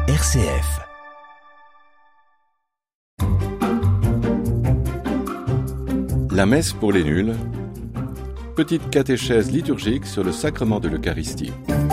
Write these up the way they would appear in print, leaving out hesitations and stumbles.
RCF. La messe pour les nuls. Petite catéchèse liturgique sur le sacrement de l'Eucharistie.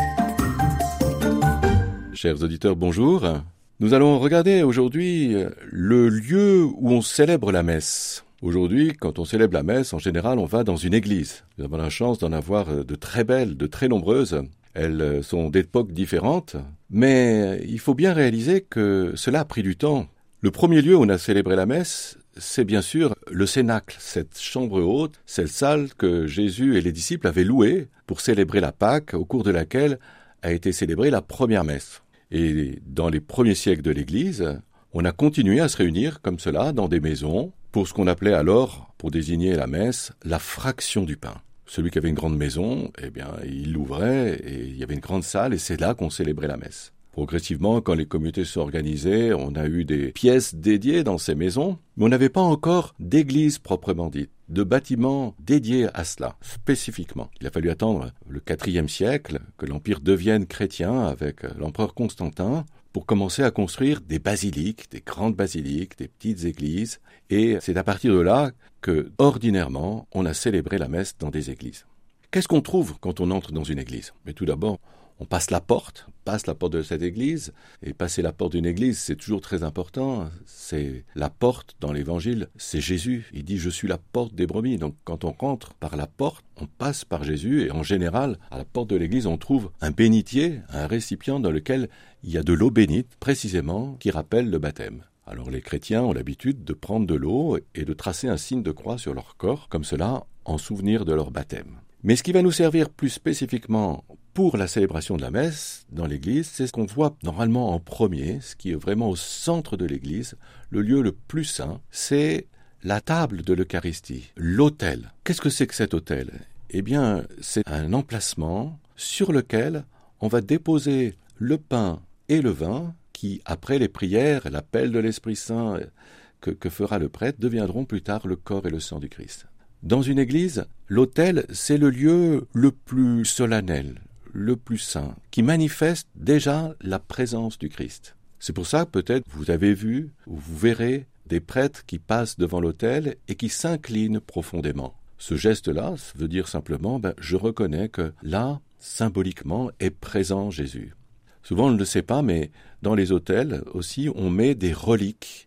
Chers auditeurs, bonjour. Nous allons regarder aujourd'hui le lieu où on célèbre la messe. Aujourd'hui, quand on célèbre la messe, en général, on va dans une église. Nous avons la chance d'en avoir de très belles, de très nombreuses. Elles sont d'époques différentes, mais il faut bien réaliser que cela a pris du temps. Le premier lieu où on a célébré la messe, c'est bien sûr le cénacle, cette chambre haute, cette salle que Jésus et les disciples avaient louée pour célébrer la Pâque, au cours de laquelle a été célébrée la première messe. Et dans les premiers siècles de l'Église, on a continué à se réunir comme cela dans des maisons pour ce qu'on appelait alors, pour désigner la messe, la fraction du pain. Celui qui avait une grande maison, il l'ouvrait et il y avait une grande salle et c'est là qu'on célébrait la messe. Progressivement, quand les communautés se sont organisées, on a eu des pièces dédiées dans ces maisons, mais on n'avait pas encore d'église proprement dite, de bâtiments dédiés à cela, spécifiquement. Il a fallu attendre le IVe siècle, que l'Empire devienne chrétien avec l'empereur Constantin, pour commencer à construire des basiliques, des grandes basiliques, des petites églises, et c'est à partir de là que, ordinairement, on a célébré la messe dans des églises. Qu'est-ce qu'on trouve quand on entre dans une église ? Mais tout d'abord, on passe la porte de cette église, et passer la porte d'une église, c'est toujours très important. C'est la porte dans l'évangile, c'est Jésus. Il dit « Je suis la porte des brebis ». Donc quand on rentre par la porte, on passe par Jésus, et en général, à la porte de l'église, on trouve un bénitier, un récipient dans lequel il y a de l'eau bénite, précisément, qui rappelle le baptême. Alors les chrétiens ont l'habitude de prendre de l'eau et de tracer un signe de croix sur leur corps, comme cela, en souvenir de leur baptême. Mais ce qui va nous servir plus spécifiquement pour la célébration de la messe dans l'église, c'est ce qu'on voit normalement en premier, ce qui est vraiment au centre de l'église, le lieu le plus saint, c'est la table de l'Eucharistie, l'autel. Qu'est-ce que c'est que cet autel ? Eh bien, c'est un emplacement sur lequel on va déposer le pain et le vin qui, après les prières, l'appel de l'Esprit Saint que fera le prêtre, deviendront plus tard le corps et le sang du Christ. Dans une église, l'autel, c'est le lieu le plus solennel, le plus saint, qui manifeste déjà la présence du Christ. C'est pour ça, peut-être, vous avez vu, ou vous verrez, des prêtres qui passent devant l'autel et qui s'inclinent profondément. Ce geste-là veut dire simplement, je reconnais que là, symboliquement, est présent Jésus. Souvent, on ne le sait pas, mais dans les autels aussi, on met des reliques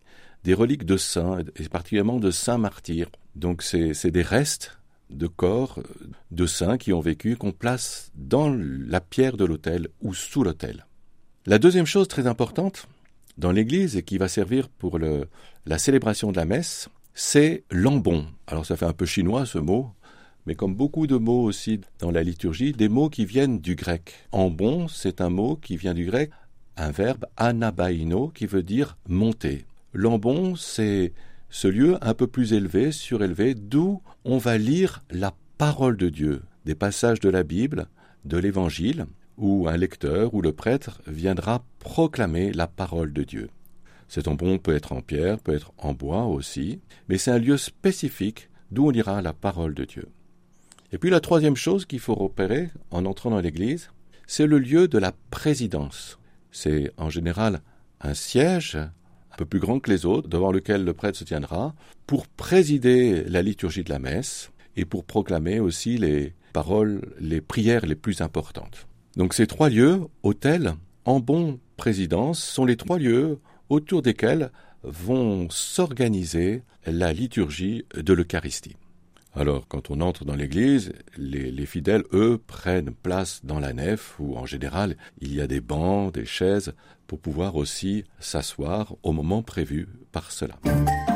de saints, et particulièrement de saints martyrs. Donc c'est des restes de corps de saints qui ont vécu, qu'on place dans la pierre de l'autel ou sous l'autel. La deuxième chose très importante dans l'Église et qui va servir pour la célébration de la messe, c'est l'ambon. Alors ça fait un peu chinois ce mot, mais comme beaucoup de mots aussi dans la liturgie, des mots qui viennent du grec. Ambon, c'est un mot qui vient du grec, un verbe anabaino qui veut dire monter. L'ambon, c'est ce lieu un peu plus élevé, surélevé, d'où on va lire la parole de Dieu, des passages de la Bible, de l'Évangile, où un lecteur ou le prêtre viendra proclamer la parole de Dieu. Cet ambon peut être en pierre, peut être en bois aussi, mais c'est un lieu spécifique d'où on lira la parole de Dieu. Et puis la troisième chose qu'il faut repérer en entrant dans l'église, c'est le lieu de la présidence. C'est en général un siège un peu plus grand que les autres, devant lequel le prêtre se tiendra, pour présider la liturgie de la messe et pour proclamer aussi les paroles, les prières les plus importantes. Donc ces trois lieux, autel, ambon, présidence, sont les trois lieux autour desquels vont s'organiser la liturgie de l'Eucharistie. Alors, quand on entre dans l'église, les fidèles, eux, prennent place dans la nef où, en général, il y a des bancs, des chaises, pour pouvoir aussi s'asseoir au moment prévu par cela.